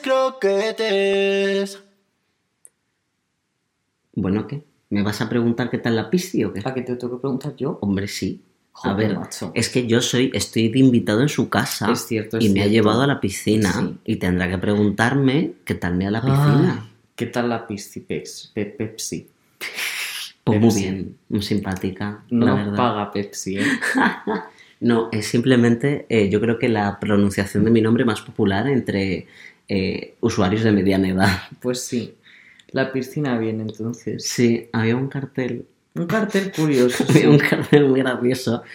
croquetes. Bueno, ¿qué? ¿Me vas a preguntar qué tal la pisci o qué? ¿A qué te tengo que preguntar yo? Hombre, sí. A Joder, ver, macho. es que estoy de invitado en su casa. Es cierto, y me ha cierto. llevado a la piscina. Sí. Y tendrá que preguntarme qué tal me da la piscina. Ay, ¿qué tal la pisci Pepsi? Pues muy Pepsi. bien, muy simpática, No la nos verdad. paga Pepsi, ¿eh? No, es simplemente, yo creo que la pronunciación de mi nombre más popular entre usuarios de mediana edad. Pues sí. La piscina bien, entonces. Sí, había un cartel, Un cartel curioso, había sí. un cartel muy gracioso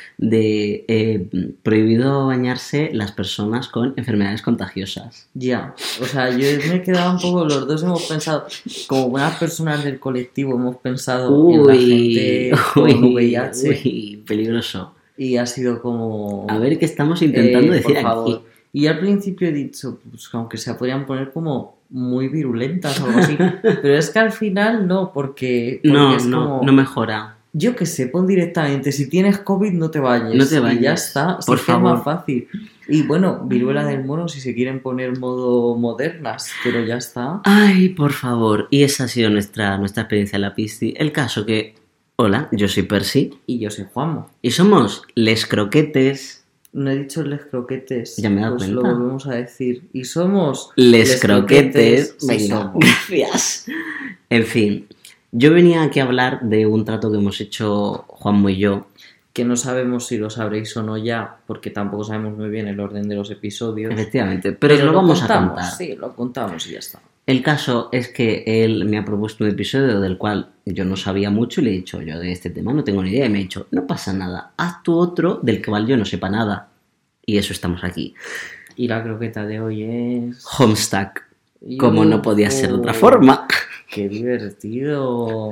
de prohibido bañarse las personas con enfermedades contagiosas. Ya, o sea, yo me he quedado un poco, los dos hemos pensado, como buenas personas del colectivo, hemos pensado en la gente con VIH uy, peligroso. y ha sido como... A ver qué estamos intentando decir por favor. aquí. Y al principio he dicho, pues aunque se podrían poner como muy virulentas o algo así, pero es que al final no, porque No, es como... no mejora. Yo que sé, pon directamente, si tienes COVID no te bañes. No te bañes, Y ya está, por sí que es más favor. fácil. Y bueno, viruela del mono si se quieren poner modo modernas, pero ya está. Ay, por favor. Y esa ha sido nuestra experiencia en la pisci. El caso que... Hola, yo soy Percy. Y yo soy Juanmo. Y somos Les Croquetes. No he dicho les croquetes. Ya me he dado pues cuenta. lo volvemos a decir. Y somos Les Croquetes. sí Venga, somos. gracias. En fin, yo venía aquí a hablar de un trato que hemos hecho Juanmo y yo. Que no sabemos si lo sabréis o no ya, porque tampoco sabemos muy bien el orden de los episodios. Efectivamente, pero lo vamos contamos, a contar. Sí, lo contamos y ya está. El caso es que él me ha propuesto un episodio del cual yo no sabía mucho y le he dicho, yo de este tema no tengo ni idea. Y me ha dicho, no pasa nada, haz tú otro del cual yo no sepa nada. Y eso estamos aquí. Y la croqueta de hoy es... Homestuck, como no podía ser de otra forma. ¡Qué divertido!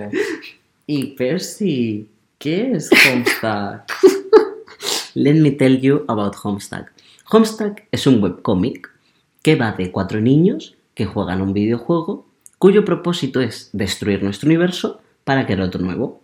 Y Percy, ¿qué es Homestuck? Let me tell you about Homestuck. Homestuck es un webcómic que va de 4 niños que juegan un videojuego cuyo propósito es destruir nuestro universo para crear otro nuevo.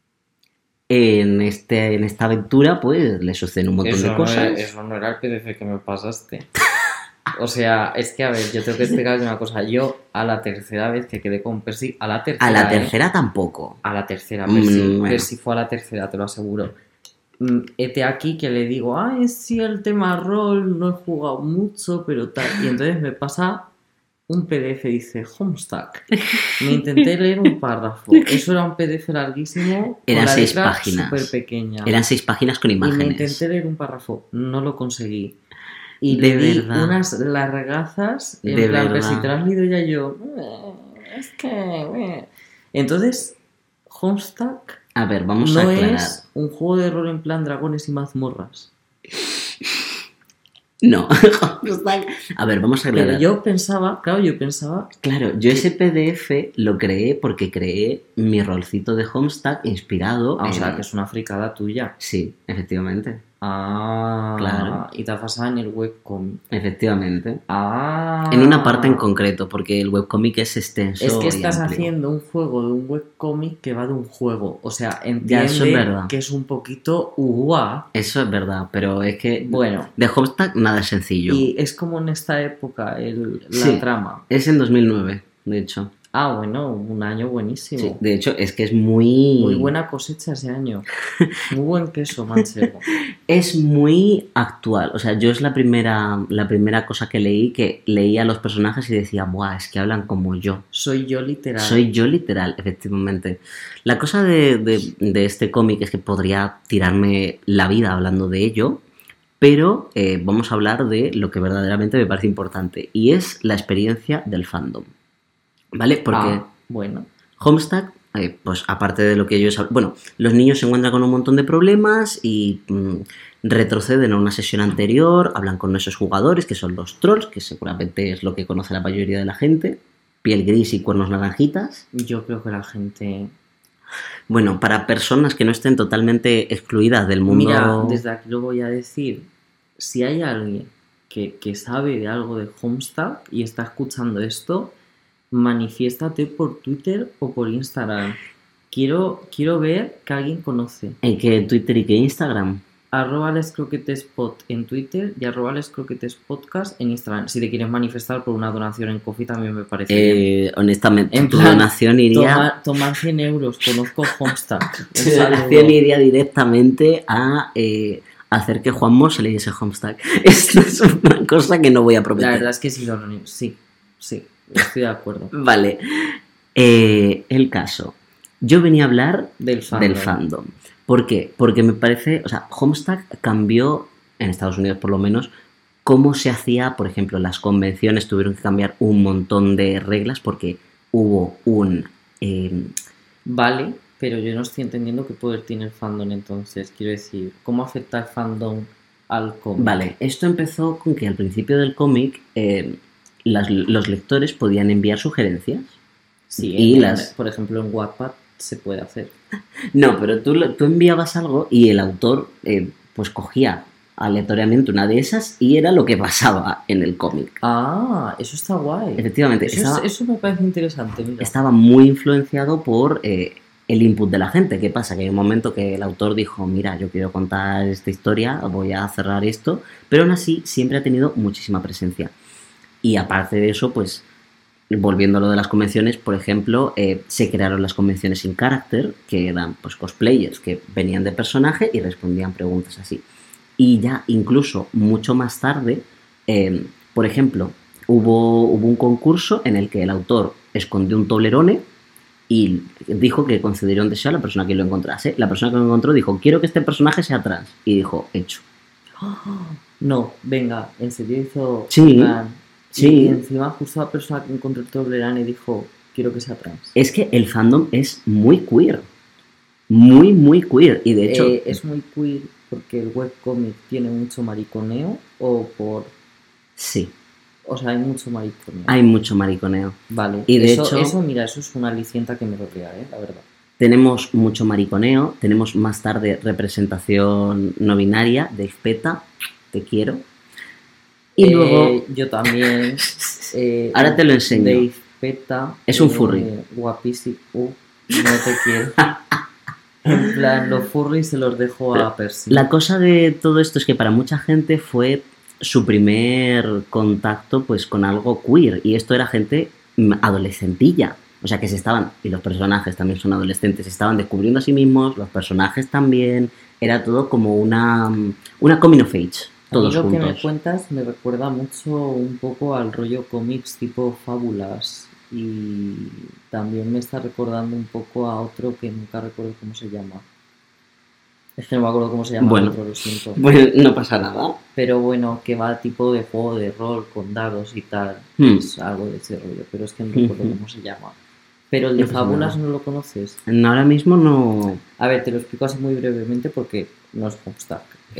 En esta aventura, pues, le suceden un montón de cosas. Eso no era el PDF que me pasaste. O sea, es que, a ver, yo tengo que explicar una cosa. Yo, a la tercera vez que quedé con Percy, a la tercera, Tampoco. A la tercera, Percy. Bueno. Percy fue a la tercera, te lo aseguro. Hete aquí que le digo, ay, sí, el tema rol, no he jugado mucho, pero tal. Y entonces me pasa un PDF, dice Homestuck. Me intenté leer un párrafo. Eso era un PDF larguísimo. Eran con la 6 letra páginas. súper pequeña. Eran 6 páginas con Y me imágenes. intenté leer un párrafo. No lo conseguí. Y De le di verdad. unas largazas. En De plan, verdad. pero si te lo has leído ya yo. Es que. Entonces, Homestuck A ver, vamos no a aclarar. es un juego de rol en plan dragones y mazmorras. No. A ver, vamos a aclarar. Pero yo pensaba. Claro, yo ese PDF lo creé porque creé mi rolcito de Homestuck inspirado O en... sea, que es una fricada tuya. Sí, efectivamente. Ah, Claro. Y te has basado en el webcomic. Efectivamente. Ah. En una parte en concreto, porque el webcómic es extenso. Es que y estás amplio. haciendo un juego de un webcomic que va de un juego. O sea, Ya, entiende eso es verdad. que es un poquito UA. Eso es verdad, pero es que Bueno, de Homestuck nada es sencillo. y es como en esta época la Sí. trama. Es en 2009, de hecho. Ah, bueno, un año buenísimo. Sí, de hecho, es que es muy... Muy buena cosecha ese año. Muy buen queso manchego. Es muy actual. O sea, yo es la primera cosa que leí a los personajes y decía, buah, es que hablan como yo. Soy yo literal. Soy yo literal, efectivamente. La cosa de este cómic es que podría tirarme la vida hablando de ello, pero vamos a hablar de lo que verdaderamente me parece importante, y es la experiencia del fandom. ¿Vale? Porque bueno. Homestuck, pues aparte de lo que ellos... Bueno, los niños se encuentran con un montón de problemas y retroceden a una sesión anterior, hablan con esos jugadores que son los trolls, que seguramente es lo que conoce la mayoría de la gente, piel gris y cuernos naranjitas. Yo creo que la gente... Bueno, para personas que no estén totalmente excluidas del mundo... Mira, desde aquí lo voy a decir. Si hay alguien que sabe de algo de Homestuck y está escuchando esto, manifiéstate por Twitter o por Instagram. Quiero ver que alguien conoce. ¿En qué Twitter y qué Instagram? @lescroquetespot en Twitter y @lescroquetespodcast en Instagram. Si te quieres manifestar por una donación en Coffee también me parece bien. Honestamente, En tu plan, donación iría... Tomar 100 euros, conozco Homestuck. Tu donación iría directamente a hacer que Juanmo se leyese Homestuck. Esto es una cosa que no voy a prometer. La verdad es que sí, sí, estoy de acuerdo. Vale. El caso. Yo venía a hablar Del fandom. ¿Por qué? Porque me parece... O sea, Homestuck cambió, en Estados Unidos por lo menos, cómo se hacía, por ejemplo, las convenciones tuvieron que cambiar un montón de reglas porque hubo un... Vale, pero yo no estoy entendiendo qué poder tiene el fandom entonces. Quiero decir, ¿cómo afecta el fandom al cómic? Vale, esto empezó con que al principio del cómic los lectores podían enviar sugerencias. Sí, y por ejemplo en Wattpad se puede hacer. No, pero tú enviabas algo y el autor pues cogía aleatoriamente una de esas y era lo que pasaba en el cómic. Ah, eso está guay. Efectivamente. Eso me parece interesante, mira. Estaba muy influenciado por el input de la gente. ¿Qué pasa? Que hay un momento que el autor dijo, mira, yo quiero contar esta historia, voy a cerrar esto, pero aún así siempre ha tenido muchísima presencia. Y aparte de eso, pues, volviendo a lo de las convenciones, por ejemplo, se crearon las convenciones in character, que eran pues cosplayers que venían de personaje y respondían preguntas así. Y ya incluso mucho más tarde, por ejemplo, hubo un concurso en el que el autor escondió un Toblerone y dijo que concedería un deseo a la persona que lo encontrase. La persona que lo encontró dijo, quiero que este personaje sea trans. Y dijo, hecho. No, venga, en serio hizo... Sí. Sí. Y encima justo la persona que encontró el Toblerone dijo, quiero que sea trans. Es que el fandom es muy queer. Muy, muy queer. Y de hecho... ¿Es muy queer porque el webcomic tiene mucho mariconeo o por...? Sí. O sea, hay mucho mariconeo. Hay mucho mariconeo. Vale. Y de hecho... Eso es una alicienta que me rodea, la verdad. Tenemos mucho mariconeo. Tenemos más tarde representación no binaria. Dave Peta, te quiero. Y luego... Yo también. Ahora te lo enseño. Dave Peta. Es un furry. Guapísimo. No te quiero. En plan, los furries se los dejo a Percy. La cosa de todo esto es que para mucha gente fue su primer contacto pues con algo queer. Y esto era gente adolescentilla. O sea que se estaban, y los personajes también son adolescentes, se estaban descubriendo a sí mismos, los personajes también. Era todo como una coming of age. Todos a mí lo juntos. Que me cuentas me recuerda mucho un poco al rollo cómics tipo fábulas y también me está recordando un poco a otro que nunca recuerdo cómo se llama. Es que no me acuerdo cómo se llama bueno, el otro, lo siento. Bueno, no pasa nada. Pero bueno, que va tipo de juego de rol con dados y tal. Es algo de ese rollo, pero es que no recuerdo cómo se llama. Pero el de fábulas no lo conoces. Ahora mismo no... A ver, te lo explico así muy brevemente porque no es Homestuck.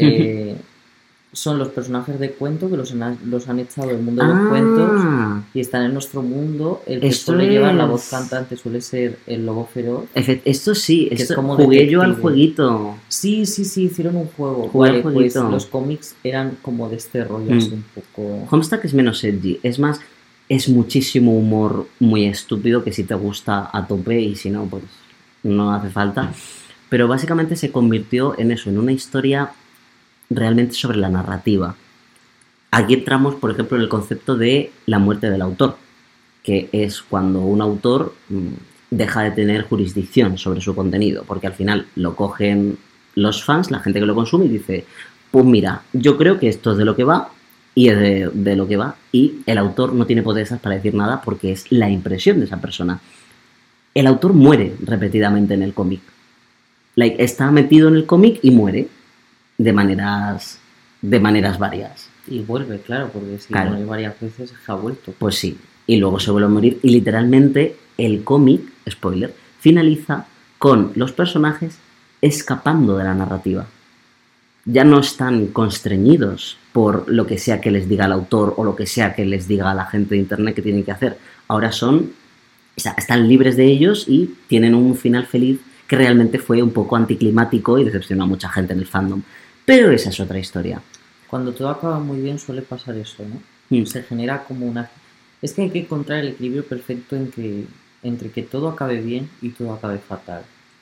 Son los personajes de cuento que los han echado del mundo de los cuentos y están en nuestro mundo. El que suele llevar la voz cantante suele ser el lobo feroz. Esto sí, es como jugué detective. yo al jueguito. Sí, hicieron un juego. Vale, pues los cómics eran como de este rollo así un poco... Homestuck es menos edgy, es más, es muchísimo humor muy estúpido que si te gusta a tope y si no, pues no hace falta. Pero básicamente se convirtió en eso, en una historia realmente sobre la narrativa. Aquí entramos, por ejemplo, en el concepto de la muerte del autor, que es cuando un autor deja de tener jurisdicción sobre su contenido, porque al final lo cogen los fans, la gente que lo consume y dice, pues mira, yo creo que esto es de lo que va y es de lo que va, y el autor no tiene potestad para decir nada porque es la impresión de esa persona. El autor muere repetidamente en el cómic. Está metido en el cómic y muere de maneras varias. Y vuelve, claro, porque si muere varias veces se ha vuelto. Pues sí, y luego se vuelve a morir y literalmente el cómic, spoiler, finaliza con los personajes escapando de la narrativa. Ya no están constreñidos por lo que sea que les diga el autor o lo que sea que les diga a la gente de internet que tienen que hacer. Ahora están libres de ellos y tienen un final feliz que realmente fue un poco anticlimático y decepcionó a mucha gente en el fandom. Pero esa es otra historia. Cuando todo acaba muy bien suele pasar eso, ¿no? Se genera como una... Es que hay que encontrar el equilibrio perfecto entre que todo acabe bien y todo acabe fatal.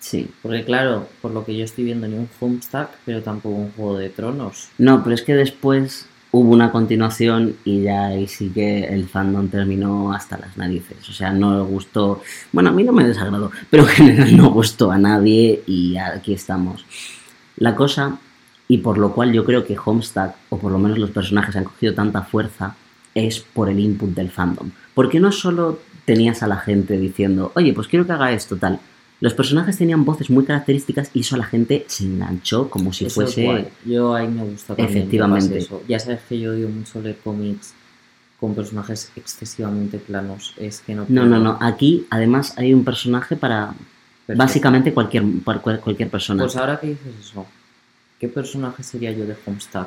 Sí. Porque claro, por lo que yo estoy viendo, ni un Homestuck, pero tampoco un Juego de Tronos. No, pero es que después hubo una continuación y ya ahí sí que el fandom terminó hasta las narices. O sea, no le gustó. Bueno, a mí no me desagradó, pero en general no gustó a nadie y aquí estamos. La cosa, y por lo cual yo creo que Homestuck, o por lo menos los personajes han cogido tanta fuerza, es por el input del fandom. Porque no solo tenías a la gente diciendo, oye, pues quiero que haga esto, tal. Los personajes tenían voces muy características y eso a la gente se enganchó como si Eso es fuese... guay. Yo ahí me gusta también. Efectivamente. Que pase eso. Ya sabes que yo odio mucho leer cómics con personajes excesivamente planos. Es que no puedo. No. Aquí además hay un personaje para Perfecto. básicamente cualquier persona. Pues ahora que dices eso, ¿qué personaje sería yo de Homestuck?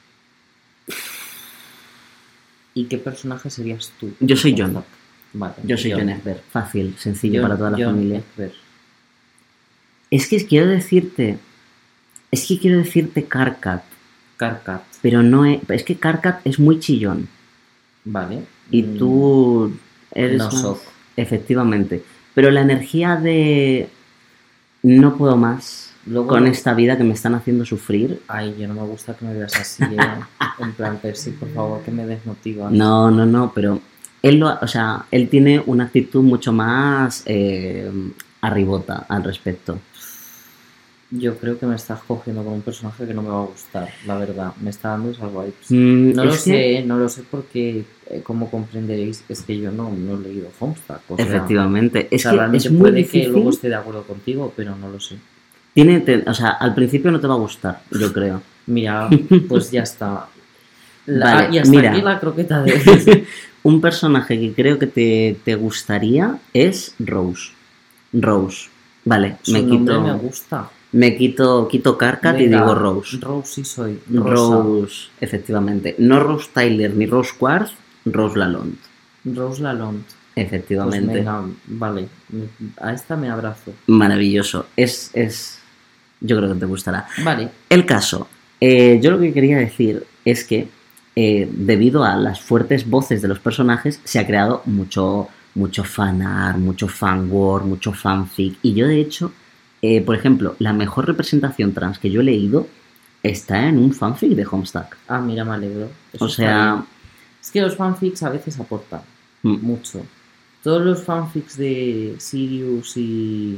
¿Y qué personaje serías tú? Yo soy de Jon. Homestuck? Vale, Yo soy Jon Ekberg. Fácil, sencillo Jon- para toda la Jon familia. Ekberg. Es que quiero decirte Karkat, Karkat. pero no es que Karkat es muy chillón Vale. y tú eres No más- Sok. efectivamente, pero la energía de no puedo más Luego- con esta vida que me están haciendo sufrir. Ay, yo no me gusta que me veas así, en plan, Percy, por favor, que me desmotivas. No, pero él tiene una actitud mucho más arribota al respecto. Yo creo que me estás cogiendo con un personaje que no me va a gustar, la verdad. Me está dando esas vibes. No lo sé porque, como comprenderéis, es que yo no he leído Homestuck. O sea, Efectivamente. o Es sea, que realmente es muy puede difícil. que luego esté de acuerdo contigo, pero no lo sé. Al principio no te va a gustar, yo creo. Mira, pues ya está. Vale, y hasta mira. aquí la croqueta de... Un personaje que creo que te gustaría es Rose. Rose. Vale, Su nombre me gusta. quito Karkat y Venga, digo Rose. Rose sí soy. Rosa. Rose, efectivamente. No Rose Tyler ni Rose Quartz, Rose Lalonde. Rose Lalonde. Pues Efectivamente. venga, vale. A esta me abrazo. Maravilloso. Yo creo que te gustará. Vale. El caso. Yo lo que quería decir es que debido a las fuertes voces de los personajes se ha creado mucho fanart, mucho fanword, mucho fanfic. Y yo de hecho, por ejemplo, la mejor representación trans que yo he leído está en un fanfic de Homestuck. Ah, mira, me alegro. Eso O está sea, bien. Es que los fanfics a veces aportan mm, mucho. Todos los fanfics de Sirius y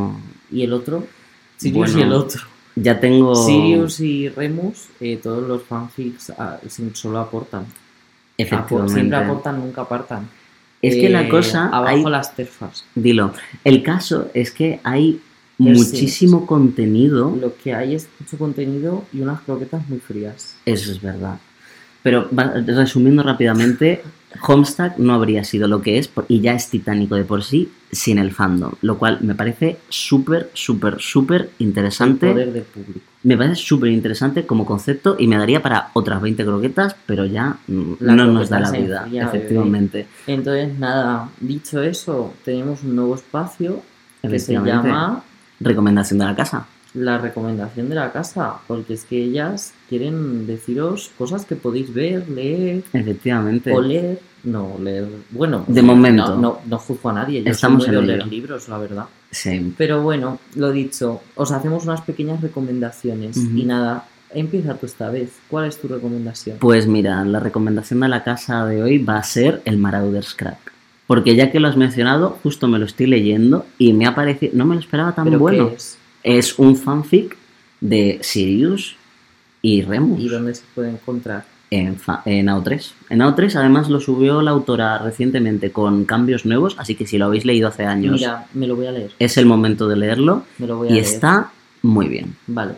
el otro. Sirius y el otro. Ya tengo... Sirius y Remus, todos los fanfics solo aportan. Efectivamente. Siempre aportan, nunca apartan. Es que la cosa... Abajo las terfas. Dilo. El caso es que hay Piercings. muchísimo contenido. Lo que hay es mucho contenido y unas croquetas muy frías. Eso es verdad. Pero resumiendo rápidamente, Homestuck no habría sido lo que es y ya es titánico de por sí sin el fandom, lo cual me parece súper interesante. El poder del público. Me parece súper interesante como concepto y me daría para otras 20 croquetas, pero ya La no nos da croqueta la se vida, enfría, efectivamente. Entonces, nada, dicho eso, tenemos un nuevo espacio que se Efectivamente. llama Recomendación de la casa. la recomendación de la casa, porque es que ellas quieren deciros cosas que podéis ver, leer, Efectivamente. o leer. No, leer. Bueno, De momento. No juzgo a nadie. Yo Estamos soy muy en de ello. leer libros, la verdad. Sí. Pero bueno, lo dicho, os hacemos unas pequeñas recomendaciones. Ujú. Y nada, empieza tú esta vez. ¿Cuál es tu recomendación? Pues mira, la recomendación de la casa de hoy va a ser el Marauder's Crack. Porque ya que lo has mencionado, justo me lo estoy leyendo y me ha parecido... No me lo esperaba tan ¿Pero bueno. qué es? Es un fanfic de Sirius y Remus ¿Y dónde se puede encontrar? en AO3. En AO3 además lo subió la autora recientemente con cambios nuevos, así que si lo habéis leído hace años, Mira, me lo voy a leer. es el momento de leerlo Me lo voy a y leer. está muy bien. Vale.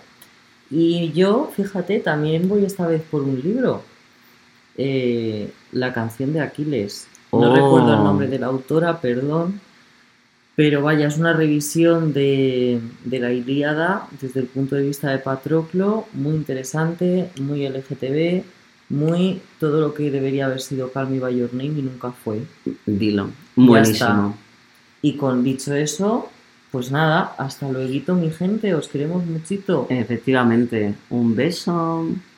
Y yo, fíjate, también voy esta vez por un libro. La canción de Aquiles. No Oh. recuerdo el nombre de la autora, perdón. Pero vaya, es una revisión de la Ilíada desde el punto de vista de Patroclo. Muy interesante, muy LGTB, muy todo lo que debería haber sido Call Me By Your Name y nunca fue. Dilo. Ya Buenísimo. Y con dicho eso, pues nada, hasta luego, mi gente, os queremos muchito. Efectivamente. Un beso.